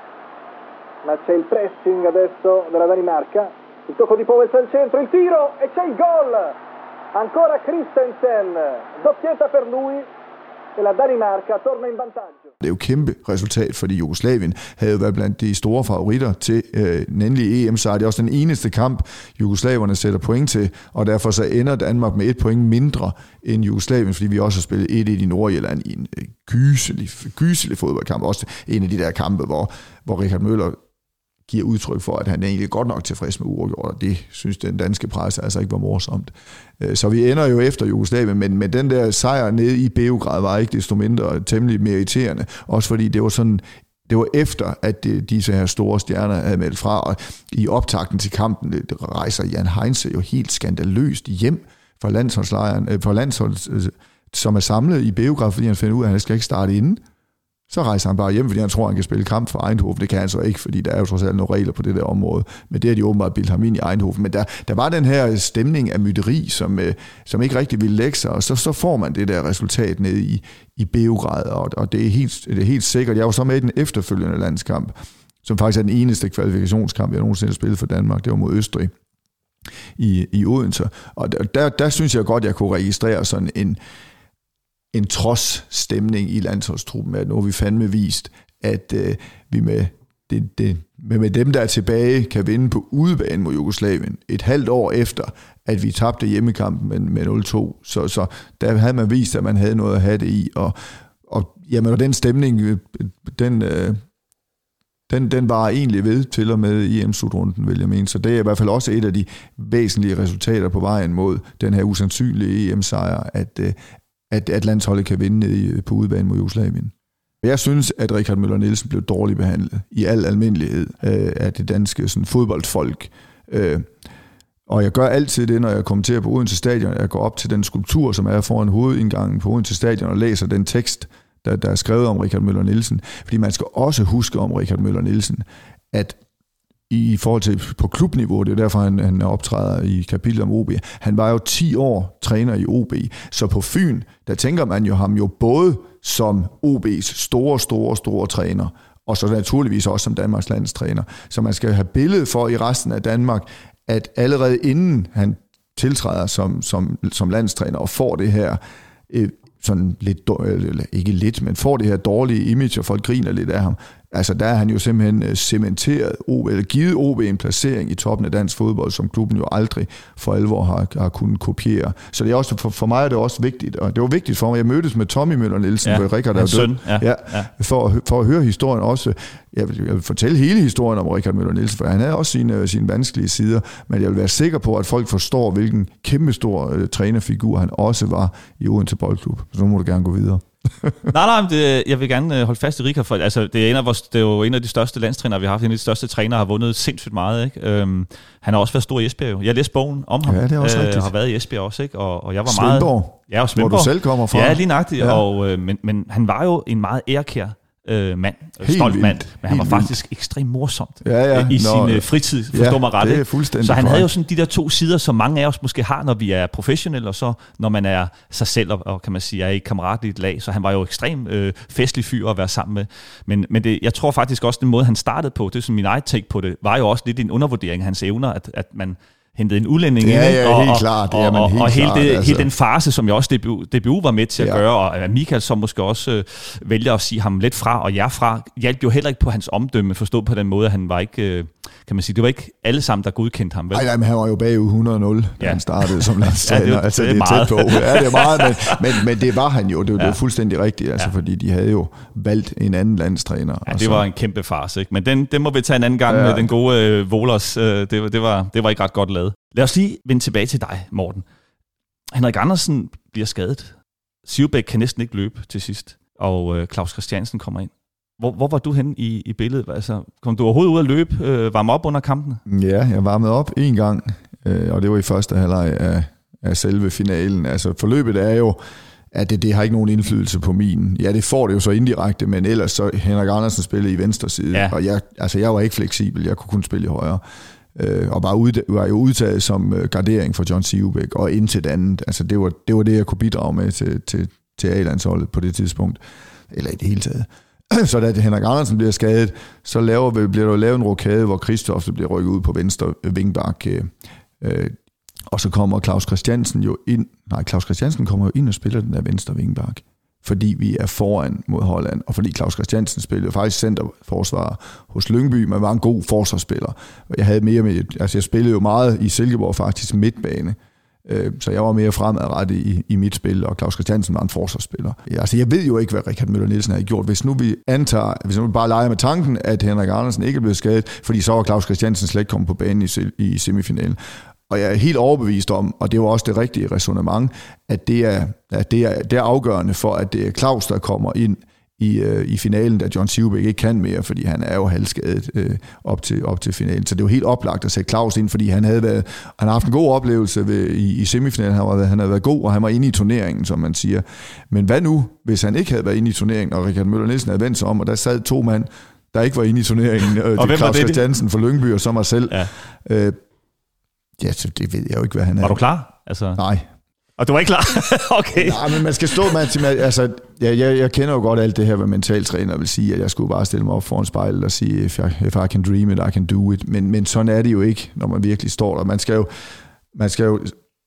ma c'è il pressing adesso della Danimarca, il tocco di Povels al centro, il tiro e c'è il gol, ancora Christensen, doppietta per lui e la Danimarca torna in vantaggio. Det er jo kæmpe resultat, fordi Jugoslavien havde jo været blandt de store favoritter til øh, den endelige E M-sejr. Det er også den eneste kamp, jugoslaverne sætter point til, og derfor så ender Danmark med et point mindre end Jugoslavien, fordi vi også har spillet et et i Nordirland i en øh, gyselig, gyselig fodboldkamp. Også en af de der kampe, hvor, hvor Richard Møller giver udtryk for, at han er egentlig godt nok tilfreds med uafgjort, og det synes den danske presse altså ikke var morsomt. Så vi ender jo efter Jugoslavien, men med den der sejr nede i Beograd var ikke desto mindre temmelig meriterende, også fordi det var sådan, det var efter, at disse her store stjerner havde meldt fra, og i optakten til kampen det rejser Jan Heinze jo helt skandaløst hjem fra landsholdslejren, fra landshold, som er samlet i Beograd, fordi han finder ud af, at han skal ikke starte inden. Så rejser han bare hjem, fordi han tror, han kan spille kamp for Eindhoven. Det kan han så ikke, fordi der er jo trods alt nogle regler på det der område. Men det har de åbenbart bildt ham ind i Eindhoven. Men der, der var den her stemning af myteri, som, som ikke rigtig ville lægge sig, og så, så får man det der resultat nede i, i Beograd, og, og det, er helt, det er helt sikkert. Jeg var så med i den efterfølgende landskamp, som faktisk er den eneste kvalifikationskamp, jeg nogensinde har spillet for Danmark. Det var mod Østrig i, i Odense. Og der, der, der synes jeg godt, jeg kunne registrere sådan en en trods stemning i landsholdstruppen, at nu har vi fandme vist, at øh, vi med, det, det, med, med dem, der er tilbage, kan vinde på udebane mod Jugoslavien et halvt år efter, at vi tabte hjemmekampen med, med nul to. Så, så der havde man vist, at man havde noget at have det i, og, og, jamen, og den stemning, den, øh, den, den var egentlig ved til og med i E M-slutrunden, vil jeg mene. Så det er i hvert fald også et af de væsentlige resultater på vejen mod den her usandsynlige E M-sejr, at, øh, at, at landsholdet kan vinde på udebane mod Jugoslavien. Jeg synes, at Richard Møller Nielsen blev dårligt behandlet i al almindelighed øh, af det danske sådan, fodboldfolk. Øh, og jeg gør altid det, når jeg kommenterer på Odense Stadion. Jeg går op til den skulptur, som er foran hovedindgangen på Odense Stadion, og læser den tekst, der, der er skrevet om Richard Møller Nielsen. Fordi man skal også huske om Richard Møller Nielsen, at i forhold til på klubniveau, det er derfor, han, han optræder i kapitlet om O B. Han var jo ti år træner i O B, så på Fyn, der tænker man jo ham jo både som O B's store, store, store træner, og så naturligvis også som Danmarks landstræner. Så man skal have billede for i resten af Danmark, at allerede inden han tiltræder som, som, som landstræner og får det her øh, sådan lidt, eller ikke lidt, men får det her dårlige image, og folk griner lidt af ham. Altså, der er han jo simpelthen cementeret, eller givet O B en placering i toppen af dansk fodbold, som klubben jo aldrig for alvor har, har kunnet kopiere. Så det er også, for, for mig er det også vigtigt, og det var vigtigt for mig. Jeg mødtes med Tommy Møller Nielsen, ja, hvor Richard er død. Søn, ja, ja, ja. For, for at høre historien også. Jeg vil, jeg vil fortælle hele historien om Richard Møller Nielsen, for han havde også sine, sine vanskelige sider, men jeg vil være sikker på, at folk forstår, hvilken kæmpestor uh, trænerfigur han også var i Odense Boldklub. Så nu må du gerne gå videre. nej, nej, det, jeg vil gerne holde fast i Richard, for altså, det, er en af vores, det er jo en af de største landstrænere, vi har haft. En af de største trænere, har vundet sindssygt meget. Ikke? Øhm, han har også været stor i Esbjerg. Jo. Jeg læste bogen om ham. Ja, det er også rigtigt. Øh, har været i Esbjerg også, ikke? Og, og jeg var Svendborg, meget... Ja, og Svendborg. Hvor du selv kommer fra. Ja, lige nøjagtigt. Ja. Og, øh, men, men han var jo en meget ærekær øh, mand, helt stolt vildt. mand, men han helt var faktisk vildt. Ekstremt morsomt ja, ja. øh, i Nå, sin øh, fritid, forstår ja, mig ret. Det er fuldstændig så han korrekt. havde jo sådan de der to sider, som mange af os måske har, når vi er professionelle, og så når man er sig selv, og, og kan man sige, er i et kammeratligt lag. Så han var jo ekstremt øh, festlig fyr at være sammen med. Men, men det, jeg tror faktisk også, den måde, han startede på, det er sådan min egen take på det, var jo også lidt en undervurdering af hans evner, at, at man hentede en udlænding ja, ind, ja, og, helt klart. Det er man og, helt og hele, klart, det, altså. hele den farse, som jo også D B U, D B U var med til at ja. gøre, og Michael, som måske også øh, vælger at sige ham lidt fra, og jer fra, hjalp jo heller ikke på hans omdømme, forstået på den måde, at han var ikke, øh, kan man sige, det var ikke alle sammen, der godkendte ham. Vel? Nej, nej, men han var jo bagud hundrede nul, da ja. han startede som landstræner. ja, det, altså, det, det er, er tæt på. Ja, det er meget, men, men, men det var han jo. Det var, ja. det var fuldstændig rigtigt, altså, ja. fordi de havde jo valgt en anden landstræner. Ja, det var en kæmpe farse, ikke? Men den, den må vi tage en anden gang ja. med den gode øh, Volers. Øh, det, det, var, det var ikke ret godt lavet. Lad os lige vende tilbage til dig, Morten. Henrik Andersen bliver skadet. Sivbæk kan næsten ikke løbe til sidst, og øh, Claus Christiansen kommer ind. Hvor, hvor var du henne i, i billedet? Altså, kom du overhovedet ud at løbe, øh, varme op under kampene? Ja, jeg varmede op en gang, øh, og det var i første halvleg af, af selve finalen. Altså forløbet er jo, at det, det har ikke nogen indflydelse på min. Ja, det får det jo så indirekte, men ellers så Henrik Andersen spillede i venstre side, ja. og jeg, altså, jeg var ikke fleksibel, jeg kunne kun spille i højre. Øh, og var, ud, var jo udtaget som øh, gardering for John Sivebæk, og indtil det andet. Altså det var, det var det, jeg kunne bidrage med til, til, til A-landsholdet på det tidspunkt, eller i det hele taget. Så da Henrik Andersen bliver skadet, så laver, bliver der jo lavet en rokade, hvor Christoffer bliver rykket ud på venstre vingbak. Øh, og så kommer Claus Christiansen jo ind. Nej, Claus Christiansen kommer jo ind og spiller den der venstre vingbak, fordi vi er foran mod Holland, og fordi Claus Christiansen spillede faktisk centerforsvarer hos Lyngby, men var en god forsvarsspiller. Jeg havde mere med, altså jeg spillede jo meget i Silkeborg faktisk midtbane, så jeg var mere fremadrettet i, i mit spil, og Claus Christiansen var en forsvarsspiller. Ja, altså jeg ved jo ikke, hvad Richard Møller Nielsen havde gjort. Hvis nu vi antager, hvis nu vi bare leger med tanken, at Henrik Andersen ikke blev skadet, fordi så var Claus Christiansen slet ikke kommet på banen i, i semifinalen. Og jeg er helt overbevist om, og det er jo også det rigtige ræsonnement, at det er, at det er, det er afgørende for, at det er Claus, der kommer ind i, øh, i finalen, da John Sivebæk ikke kan mere, fordi han er jo halvskadet øh, op, til, op til finalen. Så det er jo helt oplagt at sætte Claus ind, fordi han havde været, han har haft en god oplevelse ved, i, i semifinalen. Han, var, han havde været god, og han var inde i turneringen, som man siger. Men hvad nu, hvis han ikke havde været inde i turneringen, og Richard Møller Nielsen havde vendt sig om, og der sad to mand, der ikke var inde i turneringen, øh, og det Claus Christiansen for Lyngby, og så mig selv. Ja. Øh, Ja, så det ved jeg jo ikke, hvad han er. Var du klar? Altså... Nej. Og du var ikke klar? Okay. Nej, men man skal stå med, altså, jeg, jeg, jeg kender jo godt alt det her, hvad mentaltræner vil sige, at jeg skulle bare stille mig op foran spejlet og sige, if I, if I can dream it, I can do it. Men, men sådan er det jo ikke, når man virkelig står der. Man skal jo, man skal jo,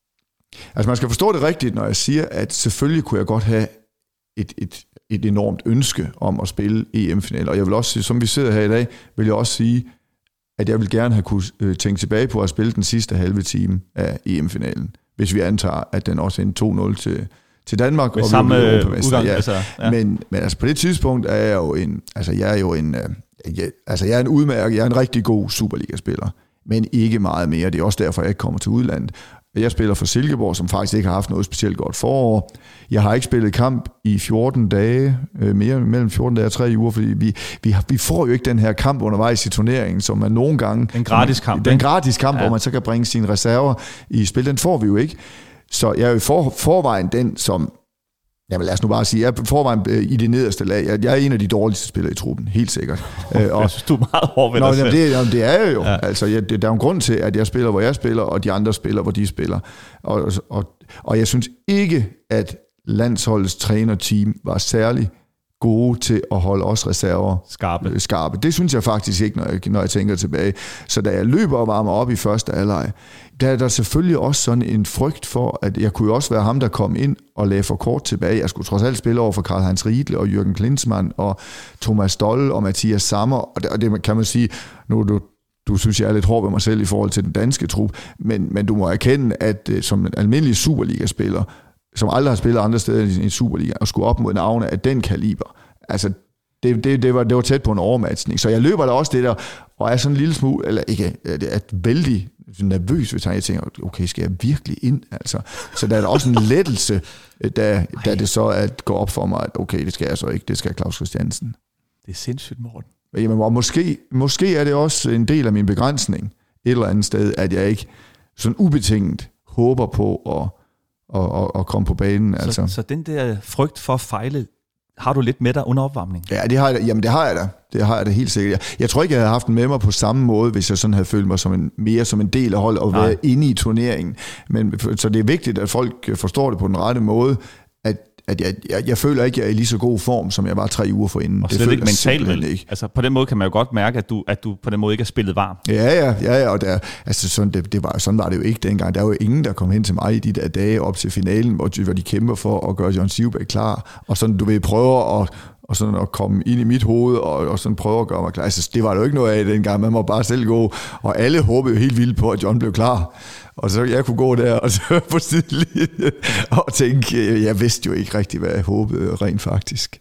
altså man skal forstå det rigtigt, når jeg siger, at selvfølgelig kunne jeg godt have et, et, et enormt ønske om at spille E M-final. Og jeg vil også sige, som vi sidder her i dag, vil jeg også sige, at jeg vil gerne have kunne tænke tilbage på at spille den sidste halve time af E M-finalen, hvis vi antager, at den også er en to nul til, til Danmark. Med og samme udgang. Ja. Altså, ja. Men, men altså på det tidspunkt er jeg jo en, altså jeg er jo en, jeg, altså jeg er en udmærket, jeg er en rigtig god Superliga-spiller, men ikke meget mere. Det er også derfor, jeg ikke kommer til udlandet. Jeg spiller for Silkeborg, som faktisk ikke har haft noget specielt godt forår. Jeg har ikke spillet kamp i fjorten dage, mere mellem fjorten dage og tre uger, fordi vi, vi, vi får jo ikke den her kamp undervejs i turneringen, som man nogle gange... En gratis kamp. Den gratis kamp, ja. Hvor man så kan bringe sine reserver i spil, den får vi jo ikke. Så jeg er jo for, forvejen den, som... Jamen lad os nu bare sige, jeg er forvejen i det nederste lag. Jeg, jeg er en af de dårligste spillere i truppen, helt sikkert. Oh, og, jeg synes, du er meget hård ved dig selv. Det, jamen, det er jo. Ja. Altså, jeg, det, der er jo en grund til, at jeg spiller, hvor jeg spiller, og de andre spiller, hvor de spiller. Og, og, og jeg synes ikke, at landsholdets trænerteam var særlig gode til at holde os reserver skarpe. skarpe. Det synes jeg faktisk ikke, når jeg, når jeg tænker tilbage. Så da jeg løber og varmer op i første halvleg, der er der selvfølgelig også sådan en frygt for, at jeg kunne jo også være ham, der kom ind og lagde for kort tilbage. Jeg skulle trods alt spille over for Karl-Heinz Riedle og Jürgen Klinsmann og Thomas Stoll og Mathias Sammer, og det, og det kan man sige, nu du Du synes, jeg er lidt hård ved mig selv i forhold til den danske trup, men, men du må erkende, at som en almindelig Superliga-spiller, som aldrig har spillet andre steder i en Superliga, og skulle op mod navne af den kaliber, altså det, det, det, var, det var tæt på en overmatchning. Så jeg løber da også det der, og er sådan en lille smule, eller ikke, er vældig nervøs, hvis jeg tænker, okay, skal jeg virkelig ind? Altså, så der er der også en lettelse, da, da det så at gå op for mig, at okay, det skal jeg så ikke, det skal Claus Christiansen. Det er sindssygt, Morten. Jamen, og måske, måske er det også en del af min begrænsning et eller andet sted, at jeg ikke sådan ubetinget håber på at, at, at, at komme på banen. Så, altså. så den der frygt for at fejle, har du lidt med dig under opvarmning? Ja, det har jeg, jamen det har jeg da. Det har jeg da helt sikkert. Jeg, jeg tror ikke, jeg havde haft den med mig på samme måde, hvis jeg sådan havde følt mig som en, mere som en del af holdet og været inde i turneringen. Men, så det er vigtigt, at folk forstår det på den rette måde, at at jeg, jeg, jeg føler ikke, at jeg er i lige så god form, som jeg var tre uger forinden. Og det slet føler ikke mentalt vel? Ikke. Altså på den måde kan man jo godt mærke, at du, at du på den måde ikke er spillet varm. Ja, ja, ja, ja og der, altså sådan, det, det var, sådan var det jo ikke dengang. Der var jo ingen, der kom hen til mig i de der dage op til finalen, hvor de, hvor de kæmper for at gøre John Sivebæk klar, og sådan, du ved, prøver at, og sådan at komme ind i mit hoved, og, og sådan prøve at gøre mig klar. Altså, det var der jo ikke noget af dengang, man må bare selv gå, og alle håbede jo helt vildt på, at John blev klar. Og så jeg kunne gå der og så på sidelinjen og tænke, jeg vidste jo ikke rigtig, hvad jeg håbede rent faktisk.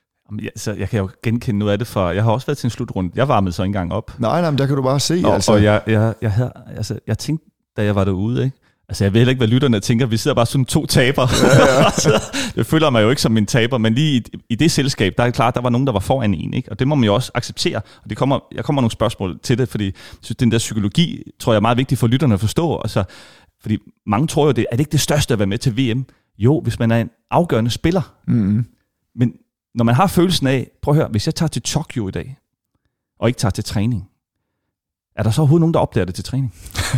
Så jeg kan jo genkende noget af det, for jeg har også været til en slutrunde. Jeg varmede så engang op. Nej, nej, men der kan du bare se. Og, altså. og jeg, jeg, jeg, havde, altså, jeg tænkte, da jeg var derude, ikke, Altså, jeg ved heller ikke, hvad lytterne tænker. Vi sidder bare sådan to taber. Ja, ja. Jeg føler mig jo ikke som en taber, men lige i, i det selskab, der er klart, der var nogen, der var foran en, ikke? Og det må man jo også acceptere. Og det kommer, jeg kommer nogle spørgsmål til det, fordi jeg synes, den der psykologi, tror jeg er meget vigtigt for lytterne at forstå. Altså, fordi mange tror jo, det er det ikke det største at være med til V M. Jo, hvis man er en afgørende spiller. Mm-hmm. Men når man har følelsen af, prøv at høre, hvis jeg tager til Tokyo i dag, og ikke tager til træning, er der så overhovedet nogen, der opdager det til træning?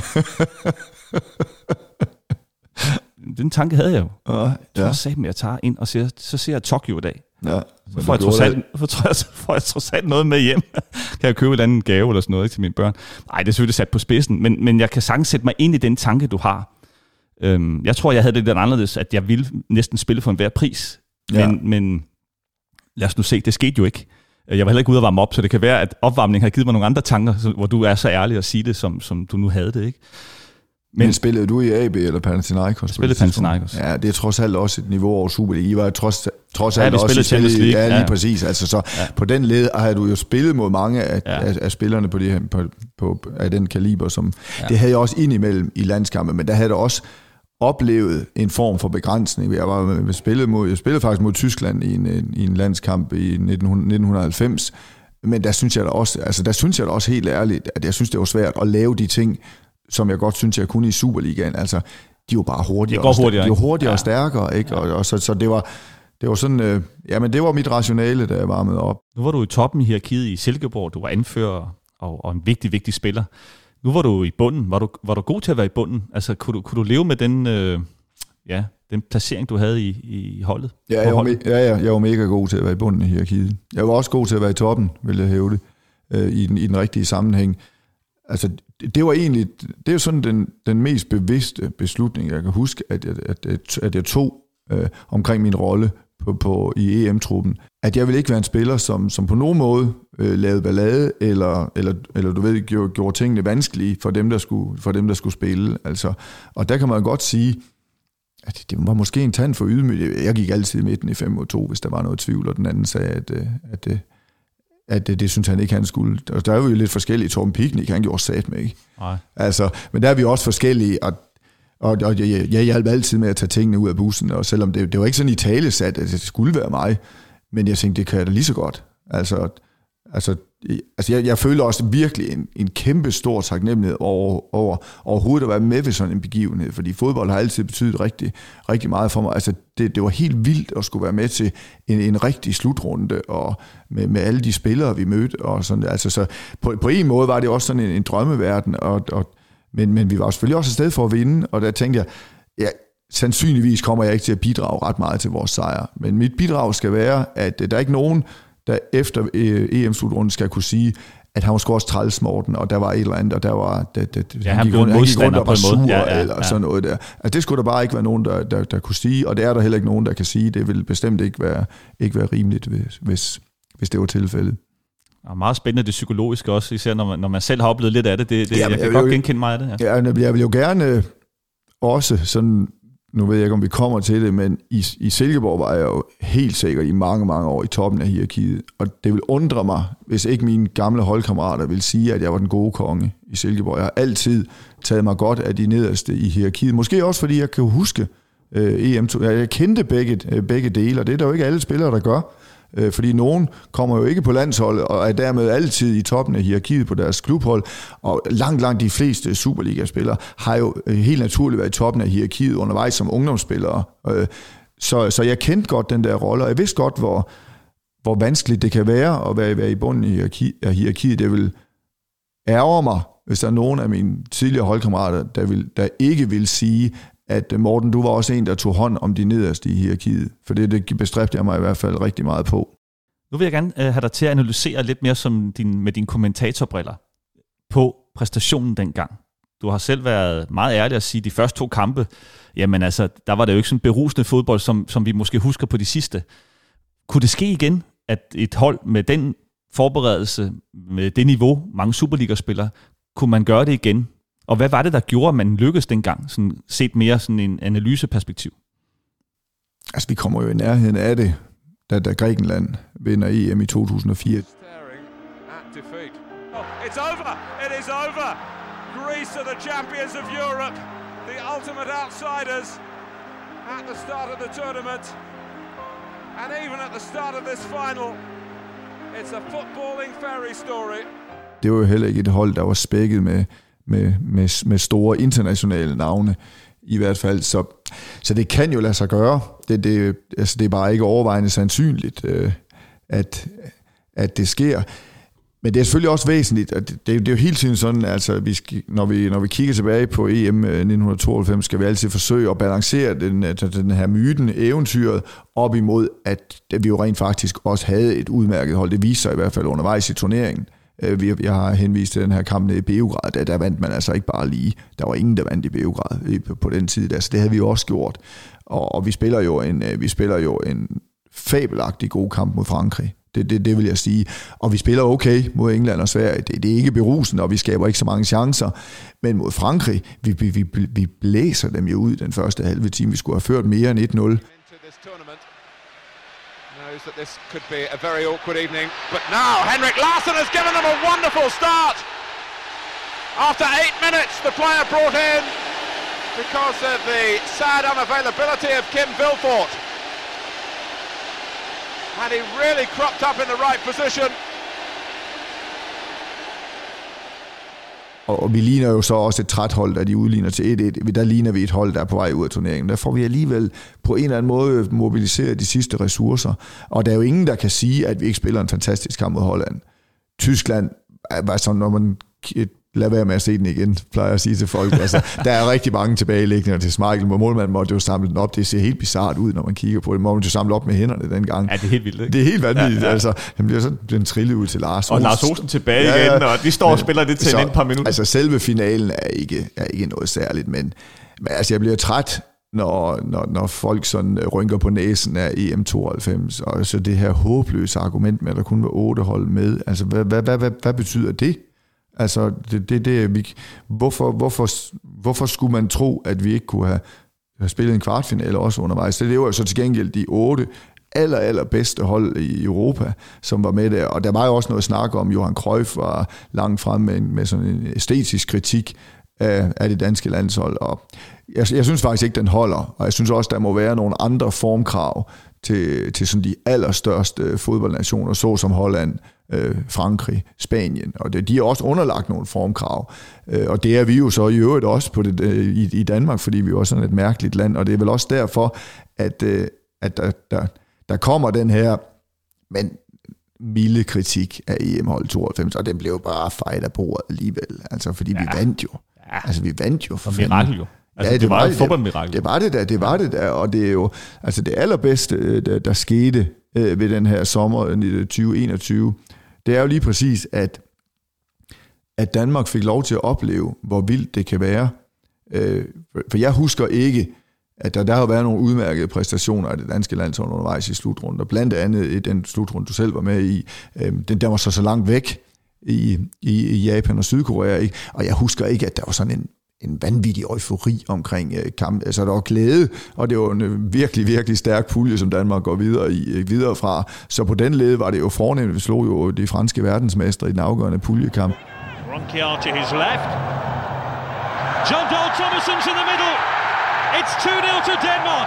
Den tanke havde jeg jo. Ja, ja. Så sagde jeg, at jeg tager ind og ser, så ser jeg Tokyo i dag. Ja, så får jeg, trods alt, så får jeg trods alt noget med hjem. Kan jeg købe en eller anden gave eller sådan noget, ikke, til mine børn? Nej, det er selvfølgelig sat på spidsen, men, men jeg kan sagtens sætte mig ind i den tanke, du har. Øhm, jeg tror, jeg havde det lidt anderledes, at jeg ville næsten spille for enhver pris. Men, ja. men lad os nu se, det skete jo ikke. Jeg var heller ikke ude at varme op, så det kan være, at opvarmningen har givet mig nogle andre tanker, hvor du er så ærlig at sige det, som, som du nu havde det, ikke? Men, Men spillede du i A B eller Panathinaikos? Jeg spillede Panathinaikos. Ja, det er trods alt også et niveau over Superliga. I var trods, trods ja, alt også spillede Champions League. Ja, lige ja. præcis. Altså, så ja. På den led har du jo spillet mod mange af, ja. af, af spillerne på, de, på, på, af den kaliber, som ja. det havde jeg også indimellem i landskampe, men der havde du også oplevet en form for begrænsning. Jeg var spillet mod, jeg spillede faktisk mod Tyskland i en, i en landskamp i nitten halvfems, men der synes jeg da også, altså der synes jeg da også helt ærligt, at jeg synes det var svært at lave de ting, som jeg godt synes jeg kunne i Superligaen. Altså de var bare hurtigere, og, hurtigere, de var hurtigere ja. og stærkere, ikke? Og, og så, så det var det var sådan, øh, ja, men det var mit rationale, da jeg varmede op. Nu var du i toppen i hierarkiet i Silkeborg, du var anfører og, og en vigtig vigtig spiller. Nu var du i bunden. Var du, var du god til at være i bunden? Altså, kunne du, kunne du leve med den, øh, ja, den placering, du havde i, i holdet? Ja, jeg var, me- ja, ja, jeg var mega god til at være i bunden i hierarkiet. Jeg var også god til at være i toppen, vil jeg hæve det, øh, i, den, i den rigtige sammenhæng. Altså, det, det var egentlig, det er jo sådan den, den mest bevidste beslutning, jeg kan huske, at jeg, at, at, at jeg tog øh, omkring min rolle på, på, i E M-truppen. At jeg ville ikke være en spiller, som, som på nogen måde øh, lavede ballade, eller, eller, eller du ved, gjorde, gjorde tingene vanskelige for dem, der skulle, for dem, der skulle spille. Altså, og der kan man godt sige, at det var måske en tand for ydmyg. Jeg gik altid i midten i fem mod to, hvis der var noget tvivl, og den anden sagde, at, at, at, at det, det synes han ikke, han skulle. Og der er jo lidt forskellige. Torben Picnic, han gjorde sat med, ikke? Nej. Altså, men der er vi også forskellige, og Og, og jeg, jeg hjalp altid med at tage tingene ud af bussen, og selvom det, det var ikke sådan i tale sat, at det skulle være mig, men jeg tænkte, det kan jeg da lige så godt. Altså, altså, altså jeg, jeg føler også virkelig en, en kæmpe stor taknemmelighed over, over overhovedet at være med ved sådan en begivenhed, fordi fodbold har altid betydet rigtig, rigtig meget for mig. Altså, det, det var helt vildt at skulle være med til en, en rigtig slutrunde, og med, med alle de spillere, vi mødte, og sådan. Altså, så på, på en måde var det også sådan en, en drømmeverden, og, og Men, men vi var selvfølgelig også et sted for at vinde, og der tænkte jeg, ja, sandsynligvis kommer jeg ikke til at bidrage ret meget til vores sejr. Men mit bidrag skal være, at der er ikke nogen, der efter E M-slutrunden skal kunne sige, at han var sgu også træls, Morten, og der var et eller andet, og der var... Det, det, ja, han, gik rundt, han gik rundt og var sur, ja, ja, eller ja. sådan noget der. Altså, det skulle der bare ikke være nogen, der, der, der kunne sige, og det er der heller ikke nogen, der kan sige. Det vil bestemt ikke være, ikke være rimeligt, hvis, hvis, hvis det var tilfældet. Og meget spændende det psykologiske også, især når man, når man selv har oplevet lidt af det. det, det ja, jeg kan jeg godt jo, genkende mig af det. Ja. Ja, jeg vil jo gerne også sådan, nu ved jeg ikke, om vi kommer til det, men i, i Silkeborg var jeg jo helt sikkert i mange, mange år i toppen af hierarkiet. Og det vil undre mig, hvis ikke mine gamle holdkammerater vil sige, at jeg var den gode konge i Silkeborg. Jeg har altid taget mig godt af de nederste i hierarkiet. Måske også, fordi jeg kan huske øh, E M. Jeg kendte begge, begge dele, og det er der jo ikke alle spillere, der gør. Fordi nogen kommer jo ikke på landsholdet og er dermed altid i toppen af hierarkiet på deres klubhold, og langt, langt de fleste Superliga-spillere har jo helt naturligt været i toppen af hierarkiet undervejs som ungdomsspillere. Så, så jeg kendte godt den der rolle, og jeg vidste godt, hvor, hvor vanskeligt det kan være at være, være i bunden af hierarki, hierarkiet. Det vil ærge mig, hvis der er nogen af mine tidligere holdkammerater, der, vil, der ikke vil sige, at Morten, du var også en, der tog hånd om de nederste i hierarkiet. For det, det bestræbte jeg mig i hvert fald rigtig meget på. Nu vil jeg gerne uh, have dig til at analysere lidt mere som din, med dine kommentatorbriller på præstationen dengang. Du har selv været meget ærlig at sige, at de første to kampe, jamen altså, der var det jo ikke sådan berusende fodbold, som, som vi måske husker på de sidste. Kunne det ske igen, at et hold med den forberedelse, med det niveau, mange Superliga-spillere, kunne man gøre det igen? Og hvad var det, der gjorde, at man lykkedes dengang, sådan set mere sådan en analyseperspektiv? Altså, vi kommer jo i nærheden af det, da, da Grækenland vinder E M i to tusind og fire. It's over! It is over! Greece are the champions of Europe. the ultimate outsiders at the start of the tournament, and even at the start of this final, it's a footballing fairy story. Det var jo heller ikke et hold, der var spækket med, med, med, med store internationale navne, i hvert fald. Så, så det kan jo lade sig gøre. Det, det, altså det er bare ikke overvejende sandsynligt, øh, at, at det sker. Men det er selvfølgelig også væsentligt, at det, det er jo hele tiden sådan, altså vi skal, når, vi, når vi kigger tilbage på E M nitten tooghalvfems, skal vi altid forsøge at balancere den, den her myten, eventyret, op imod, at vi jo rent faktisk også havde et udmærket hold. Det viser sig i hvert fald undervejs i turneringen. Jeg har henvist til den her kamp nede i Beograd, der, der vandt man altså ikke bare lige. Der var ingen, der vandt i Beograd på den tid. Der. Så det havde vi jo også gjort. Og, og vi spiller jo en, vi spiller jo en fabelagtig god kamp mod Frankrig. Det, det, det vil jeg sige. Og vi spiller okay mod England og Sverige. Det, det er ikke berusende, og vi skaber ikke så mange chancer. Men mod Frankrig, vi, vi, vi, vi blæser dem jo ud den første halve time. Vi skulle have ført mere end et nul. That this could be a very awkward evening, but now Henrik Larsson has given them a wonderful start. After eight minutes, the player brought in because of the sad unavailability of Kim Vilfort, and he really cropped up in the right position. Og vi ligner jo så også et træt hold, da de udligner til et et. Der ligner vi et hold, der er på vej ud af turneringen. Der får vi alligevel på en eller anden måde mobiliseret de sidste ressourcer. Og der er jo ingen, der kan sige, at vi ikke spiller en fantastisk kamp mod Holland. Tyskland, altså når man lad være med at se den igen, plejer jeg at sige til folk. Altså, der er rigtig mange tilbageliggende til Schmeichel, hvor målmanden måtte jo samle den op. Det ser helt bizart ud, når man kigger på det. Man måtte jo samle op med hænderne dengang. Ja, det er helt vildt, ikke? Det er helt vanvittigt. Ja, ja. Altså, han bliver sådan den trillet ud til Lars. Og Lars Olsen tilbage ja, igen, og de står men, og spiller det til så, en par minutter. Altså, selve finalen er ikke, er ikke noget særligt, men, men altså, jeg bliver træt, når, når, når folk sådan rynker på næsen af E M tooghalvfems, og så det her håbløse argument med, at der kun var otte hold med. Altså, hvad, hvad, hvad, hvad, hvad betyder det? Altså, det, det, det, vi, hvorfor, hvorfor, hvorfor skulle man tro, at vi ikke kunne have, have spillet en kvartfinale også undervejs? Det var jo så til gengæld de otte aller, aller bedste hold i Europa, som var med der. Og der var jo også noget snak om, Johan Cruyff var langt frem med, med sådan en æstetisk kritik af, af det danske landshold. Og jeg, jeg synes faktisk ikke, den holder. Og jeg synes også, der må være nogle andre formkrav til, til sådan de allerstørste fodboldnationer, så som Holland, øh, Frankrig, Spanien. Og det, de er også underlagt nogle formkrav. Øh, og det er vi jo så i øvrigt også på det, øh, i, i Danmark, fordi vi er også sådan et mærkeligt land. Og det er vel også derfor, at, øh, at der, der, der kommer den her men milde kritik af E M-hold tooghalvfems, og den blev bare fejret af bordet alligevel. Altså, fordi ja. vi vandt jo. Ja. Altså, vi vandt jo. For mirakel jo. Altså, ja, det, det var et fodboldmirakel. Det var det der, det var det der, og det er jo altså det allerbedste, der, der skete øh, ved den her sommer tyve enogtyve, det er jo lige præcis, at, at Danmark fik lov til at opleve, hvor vildt det kan være. Øh, for jeg husker ikke, at der, der har været nogle udmærkede præstationer af det danske landshold undervejs i slutrunden, og blandt andet i den slutrunde, du selv var med i, øh, den der var så så langt væk i, i, i Japan og Sydkorea, ikke? Og jeg husker ikke, at der var sådan en en vanvittig eufori omkring øh, kamp. Altså, der var glæde, og det var en øh, virkelig, virkelig stærk pulje, som Danmark går videre, i, øh, videre fra. Så på den led var det jo fornemt. Vi slog jo de franske verdensmestre i den afgørende puljekamp. Ronkier to his left. John Dahl Tomasson's in the middle. It's two nil to Denmark.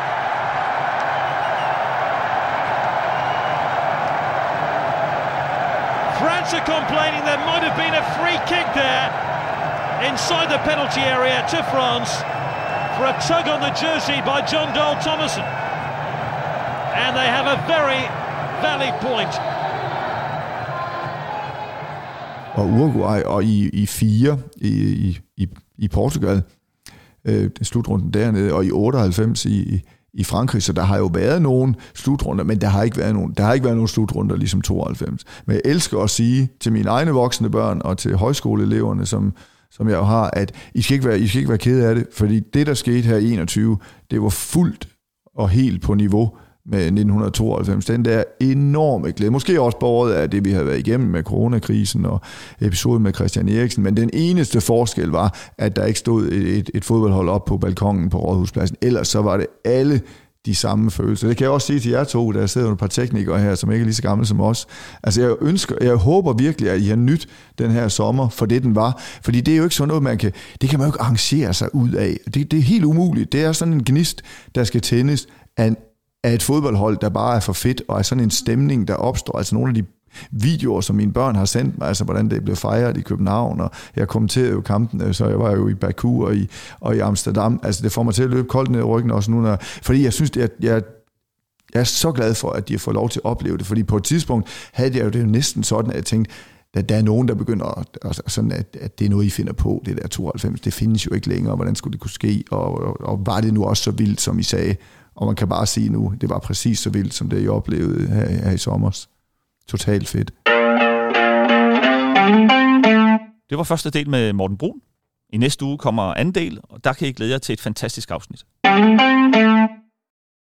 France are complaining there might have been a free kick there inside the penalty area to France for a tug on the jersey by John Dahl Tomasson. And they have a very valid point. Og Uruguay og i, i fire i, i, i Portugal, øh, slutrunden dernede, og i otteoghalvfems i, i Frankrig, så der har jo været nogle slutrunder, men der har ikke været nogen, der har ikke været nogen slutrunder ligesom tooghalvfems. Men jeg elsker at sige til mine egne voksne børn og til højskoleeleverne, som som jeg jo har, at I skal ikke være, I skal ikke være kede af det, fordi det, der skete her i enogtyve, det var fuldt og helt på niveau med nitten tooghalvfems. Den der enorme glæde, måske også båret af det, vi havde været igennem med coronakrisen og episoden med Christian Eriksen, men den eneste forskel var, at der ikke stod et, et, et fodboldhold op på balkongen på Rådhuspladsen. Ellers så var det alle de samme følelser. Det kan jeg også sige til jer to, der sidder et par teknikere her, som ikke er lige så gamle som os. Altså jeg ønsker, jeg håber virkelig, at I har nyt den her sommer, for det den var. Fordi det er jo ikke sådan noget, man kan, det kan man jo ikke arrangere sig ud af. Det, det er helt umuligt. Det er sådan en gnist, der skal tændes af, af et fodboldhold, der bare er for fedt, og er sådan en stemning, der opstår. Altså nogle af de videoer, som mine børn har sendt mig, altså hvordan det blev fejret i København, og jeg kommenterede jo kampen, så jeg var jo i Baku og i, og i Amsterdam. Altså det får mig til at løbe koldt ned i ryggen også nu, når, fordi jeg synes, at jeg, jeg er så glad for, at de har fået lov til at opleve det, fordi på et tidspunkt havde jeg jo det jo næsten sådan, at jeg tænkte, at der er nogen, der begynder at, sådan, at, at det er noget, I finder på, det der tooghalvfems, det findes jo ikke længere, hvordan skulle det kunne ske, og, og, og var det nu også så vildt, som I sagde, og man kan bare sige nu, det var præcis så vildt, som det I oplevede her, her i sommer. Totalt fedt. Det var første del med Morten Bruun. I næste uge kommer anden del, og der kan I glæde jer til et fantastisk afsnit.